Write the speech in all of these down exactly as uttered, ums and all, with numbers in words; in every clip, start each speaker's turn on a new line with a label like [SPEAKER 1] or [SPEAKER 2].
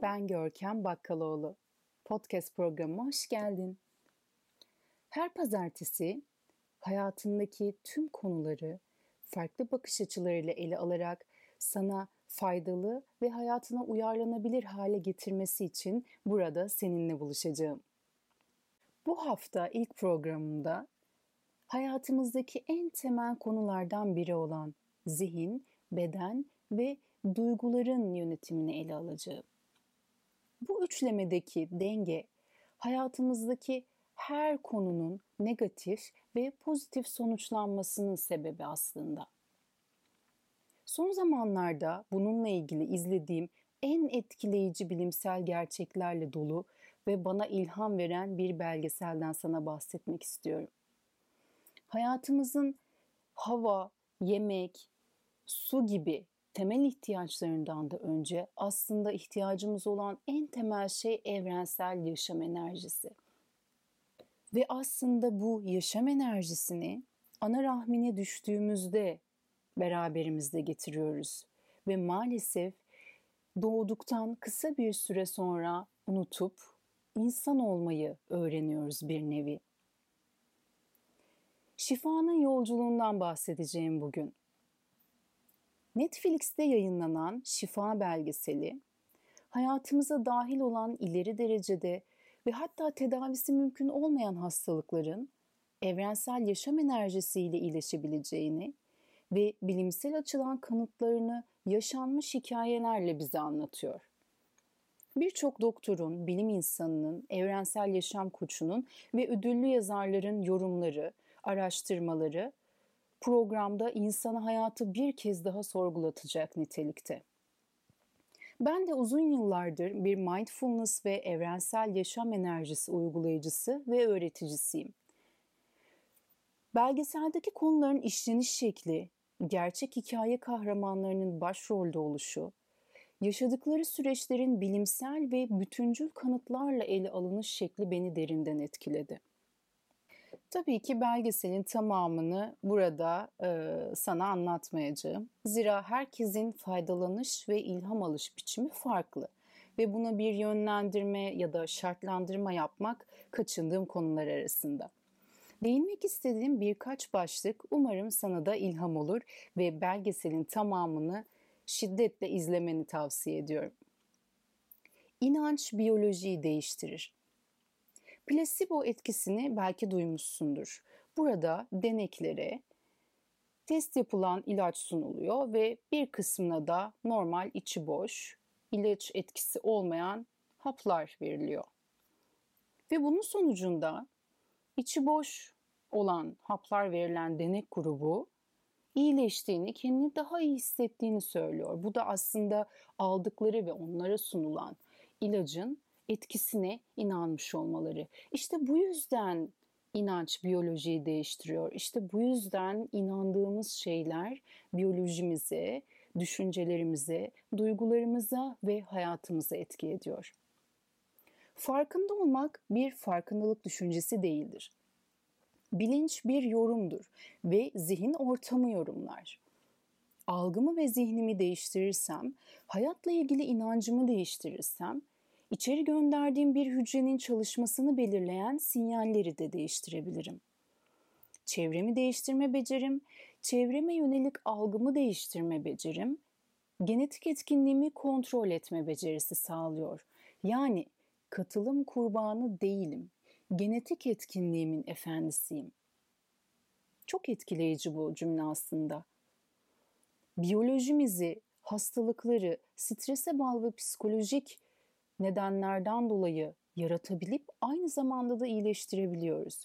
[SPEAKER 1] Ben Görkem Bakkaloğlu. Podcast programıma hoş geldin. Her pazartesi hayatındaki tüm konuları farklı bakış açılarıyla ele alarak sana faydalı ve hayatına uyarlanabilir hale getirmesi için burada seninle buluşacağım. Bu hafta ilk programımda hayatımızdaki en temel konulardan biri olan zihin, beden ve duyguların yönetimini ele alacağım. Bu üçlemedeki denge hayatımızdaki her konunun negatif ve pozitif sonuçlanmasının sebebi aslında. Son zamanlarda bununla ilgili izlediğim en etkileyici bilimsel gerçeklerle dolu ve bana ilham veren bir belgeselden sana bahsetmek istiyorum. Hayatımızın hava, yemek, su gibi temel ihtiyaçlarından da önce aslında ihtiyacımız olan en temel şey evrensel yaşam enerjisi. Ve aslında bu yaşam enerjisini ana rahmine düştüğümüzde beraberimizde getiriyoruz. Ve maalesef doğduktan kısa bir süre sonra unutup insan olmayı öğreniyoruz bir nevi. Şifanın yolculuğundan bahsedeceğim bugün. Netflix'te yayınlanan Şifa belgeseli, hayatımıza dahil olan ileri derecede ve hatta tedavisi mümkün olmayan hastalıkların evrensel yaşam enerjisiyle iyileşebileceğini ve bilimsel açıdan kanıtlarını yaşanmış hikayelerle bize anlatıyor. Birçok doktorun, bilim insanının, evrensel yaşam koçunun ve ödüllü yazarların yorumları, araştırmaları programda insana hayatı bir kez daha sorgulatacak nitelikte. Ben de uzun yıllardır bir mindfulness ve evrensel yaşam enerjisi uygulayıcısı ve öğreticisiyim. Belgeseldeki konuların işleniş şekli, gerçek hikaye kahramanlarının başrolde oluşu, yaşadıkları süreçlerin bilimsel ve bütüncül kanıtlarla ele alınış şekli beni derinden etkiledi. Tabii ki belgeselin tamamını burada e, sana anlatmayacağım. Zira herkesin faydalanış ve ilham alış biçimi farklı. Ve buna bir yönlendirme ya da şartlandırma yapmak kaçındığım konular arasında. Değinmek istediğim birkaç başlık umarım sana da ilham olur ve belgeselin tamamını şiddetle izlemeni tavsiye ediyorum. İnanç biyolojiyi değiştirir. Plasebo etkisini belki duymuşsundur. Burada deneklere test yapılan ilaç sunuluyor ve bir kısmına da normal içi boş, ilaç etkisi olmayan haplar veriliyor. Ve bunun sonucunda içi boş olan haplar verilen denek grubu iyileştiğini, kendini daha iyi hissettiğini söylüyor. Bu da aslında aldıkları ve onlara sunulan ilacın etkisine inanmış olmaları. İşte bu yüzden inanç biyolojiyi değiştiriyor. İşte bu yüzden inandığımız şeyler biyolojimize, düşüncelerimize, duygularımıza ve hayatımıza etki ediyor. Farkında olmak bir farkındalık düşüncesi değildir. Bilinç bir yorumdur ve zihin ortamı yorumlar. Algımı ve zihnimi değiştirirsem, hayatla ilgili inancımı değiştirirsem, İçeri gönderdiğim bir hücrenin çalışmasını belirleyen sinyalleri de değiştirebilirim. Çevremi değiştirme becerim, çevreme yönelik algımı değiştirme becerim, genetik etkinliğimi kontrol etme becerisi sağlıyor. Yani katılım kurbanı değilim, genetik etkinliğimin efendisiyim. Çok etkileyici bu cümle aslında. Biyolojimizi, hastalıkları, strese bağlı ve psikolojik nedenlerden dolayı yaratabilip aynı zamanda da iyileştirebiliyoruz.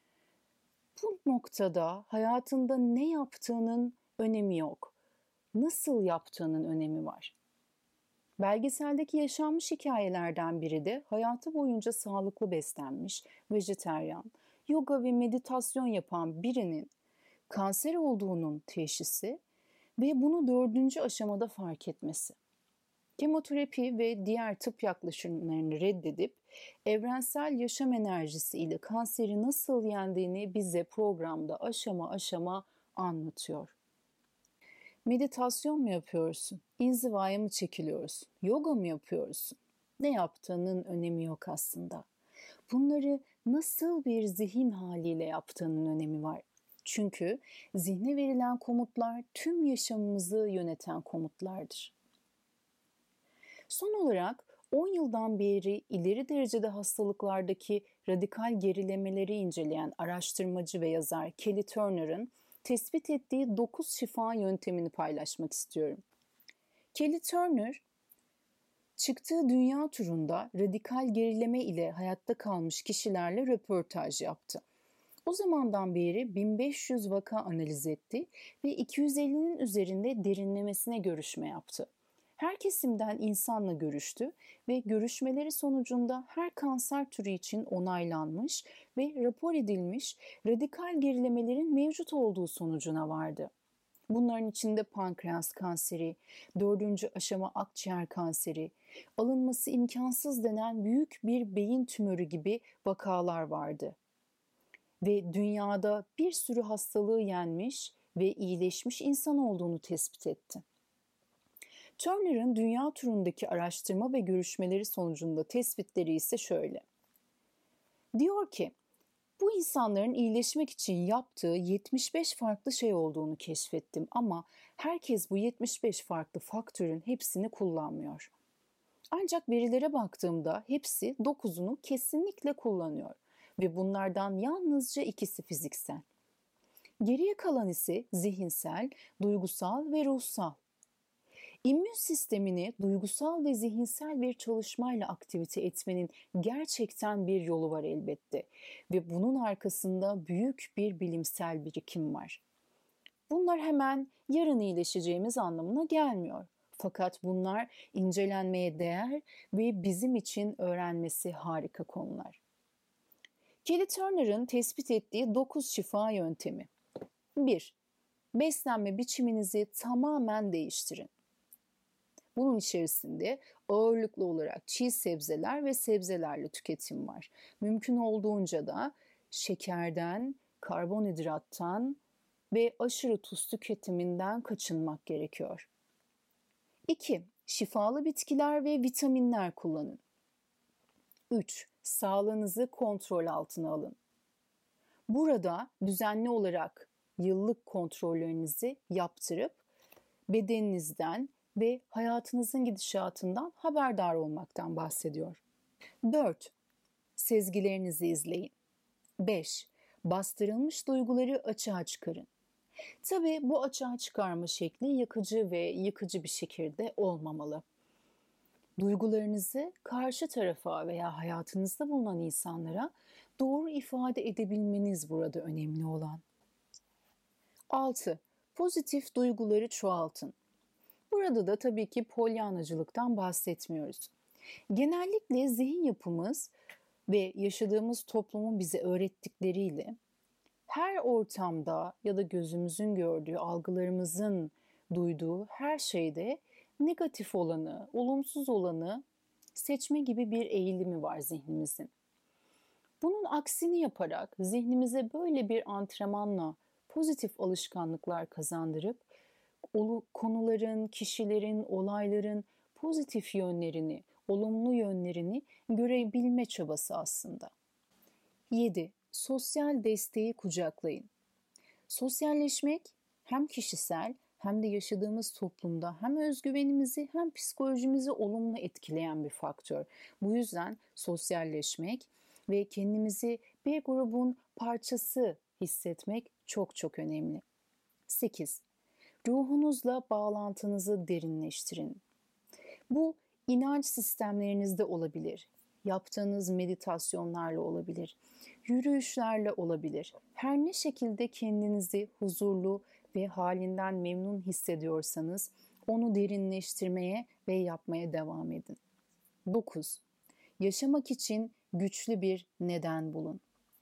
[SPEAKER 1] Bu noktada hayatında ne yaptığının önemi yok. Nasıl yaptığının önemi var. Belgeseldeki yaşanmış hikayelerden biri de hayatı boyunca sağlıklı beslenmiş, vejeteryan, yoga ve meditasyon yapan birinin kanser olduğunun teşhisi ve bunu dördüncü aşamada fark etmesi. Kemoterapi ve diğer tıp yaklaşımlarını reddedip evrensel yaşam enerjisi ile kanseri nasıl yendiğini bize programda aşama aşama anlatıyor. Meditasyon mu yapıyorsun? İnzivaya mı çekiliyorsun? Yoga mı yapıyorsun? Ne yaptığının önemi yok aslında. Bunları nasıl bir zihin haliyle yaptığının önemi var. Çünkü zihne verilen komutlar tüm yaşamımızı yöneten komutlardır. Son olarak on yıldan beri ileri derecede hastalıklardaki radikal gerilemeleri inceleyen araştırmacı ve yazar Kelly Turner'ın tespit ettiği dokuz şifa yöntemini paylaşmak istiyorum. Kelly Turner, çıktığı dünya turunda radikal gerileme ile hayatta kalmış kişilerle röportaj yaptı. O zamandan beri bin beş yüz vaka analiz etti ve iki yüz ellinin üzerinde derinlemesine görüşme yaptı. Her kesimden insanla görüştü ve görüşmeleri sonucunda her kanser türü için onaylanmış ve rapor edilmiş radikal gerilemelerin mevcut olduğu sonucuna vardı. Bunların içinde pankreas kanseri, dördüncü aşama akciğer kanseri, alınması imkansız denen büyük bir beyin tümörü gibi vakalar vardı. Ve dünyada bir sürü hastalığı yenmiş ve iyileşmiş insan olduğunu tespit etti. Turner'ın dünya turundaki araştırma ve görüşmeleri sonucunda tespitleri ise şöyle. Diyor ki, bu insanların iyileşmek için yaptığı yetmiş beş farklı şey olduğunu keşfettim ama herkes bu yetmiş beş farklı faktörün hepsini kullanmıyor. Ancak verilere baktığımda hepsi dokuzunu kesinlikle kullanıyor ve bunlardan yalnızca ikisi fiziksel. Geriye kalan ise zihinsel, duygusal ve ruhsal. İmmün sistemini duygusal ve zihinsel bir çalışmayla aktivite etmenin gerçekten bir yolu var elbette ve bunun arkasında büyük bir bilimsel birikim var. Bunlar hemen yarın iyileşeceğimiz anlamına gelmiyor. Fakat bunlar incelenmeye değer ve bizim için öğrenmesi harika konular. Kelly Turner'ın tespit ettiği dokuz şifa yöntemi. bir. Beslenme biçiminizi tamamen değiştirin. Bunun içerisinde ağırlıklı olarak çiğ sebzeler ve sebzelerle tüketim var. Mümkün olduğunca da şekerden, karbonhidrattan ve aşırı tuz tüketiminden kaçınmak gerekiyor. iki. Şifalı bitkiler ve vitaminler kullanın. üç. Sağlığınızı kontrol altına alın. Burada düzenli olarak yıllık kontrollerinizi yaptırıp bedeninizden ve hayatınızın gidişatından haberdar olmaktan bahsediyor. dört. Sezgilerinizi izleyin. beş. Bastırılmış duyguları açığa çıkarın. Tabii bu açığa çıkarma şekli yakıcı ve yıkıcı bir şekilde olmamalı. Duygularınızı karşı tarafa veya hayatınızda bulunan insanlara doğru ifade edebilmeniz burada önemli olan. altı. Pozitif duyguları çoğaltın. Burada da tabii ki polyanacılıktan bahsetmiyoruz. Genellikle zihin yapımız ve yaşadığımız toplumun bize öğrettikleriyle her ortamda ya da gözümüzün gördüğü, algılarımızın duyduğu her şeyde negatif olanı, olumsuz olanı seçme gibi bir eğilimi var zihnimizin. Bunun aksini yaparak zihnimize böyle bir antrenmanla pozitif alışkanlıklar kazandırıp konuların, kişilerin, olayların pozitif yönlerini, olumlu yönlerini görebilme çabası aslında. yedi. Sosyal desteği kucaklayın. Sosyalleşmek hem kişisel hem de yaşadığımız toplumda hem özgüvenimizi hem psikolojimizi olumlu etkileyen bir faktör. Bu yüzden sosyalleşmek ve kendimizi bir grubun parçası hissetmek çok çok önemli. sekiz. Ruhunuzla bağlantınızı derinleştirin. Bu inanç sistemlerinizde olabilir, yaptığınız meditasyonlarla olabilir, yürüyüşlerle olabilir. Her ne şekilde kendinizi huzurlu ve halinden memnun hissediyorsanız onu derinleştirmeye ve yapmaya devam edin. dokuz. Yaşamak için güçlü bir neden bulun.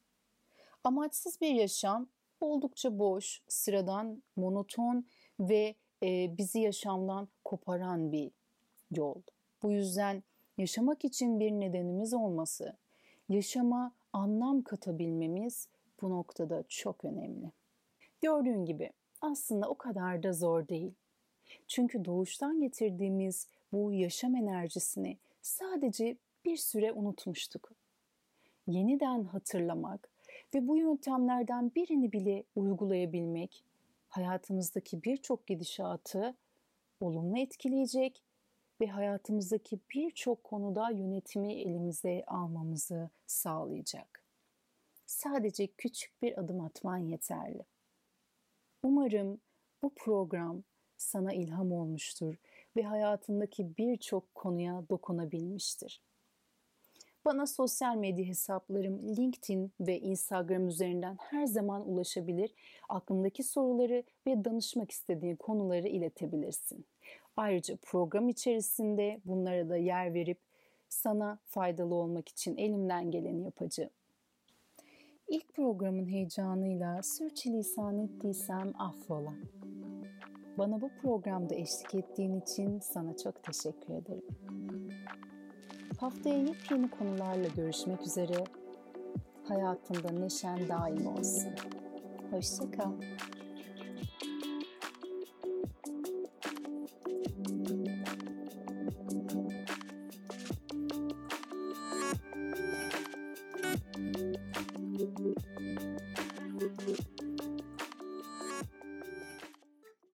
[SPEAKER 1] Amaçsız bir yaşam oldukça boş, sıradan, monoton ve e, bizi yaşamdan koparan bir yol. Bu yüzden yaşamak için bir nedenimiz olması, yaşama anlam katabilmemiz bu noktada çok önemli. Gördüğün gibi aslında o kadar da zor değil. Çünkü doğuştan getirdiğimiz bu yaşam enerjisini Sadece bir süre unutmuştuk. Yeniden hatırlamak ve bu yöntemlerden birini bile uygulayabilmek hayatımızdaki birçok gidişatı olumlu etkileyecek ve hayatımızdaki birçok konuda yönetimi elimize almamızı sağlayacak. Sadece küçük bir adım atman yeterli. Umarım bu program sana ilham olmuştur ve hayatındaki birçok konuya dokunabilmiştir. Bana sosyal medya hesaplarım LinkedIn ve Instagram üzerinden her zaman ulaşabilir, aklındaki soruları ve danışmak istediğin konuları iletebilirsin. Ayrıca program içerisinde bunlara da yer verip sana faydalı olmak için elimden geleni yapacağım. İlk programın heyecanıyla sürçülisan ettiysem affola. Bana bu programda eşlik ettiğin için sana çok teşekkür ederim. Haftaya yepyeni konularla görüşmek üzere. Hayatında neşen daim olsun. Hoşça kal.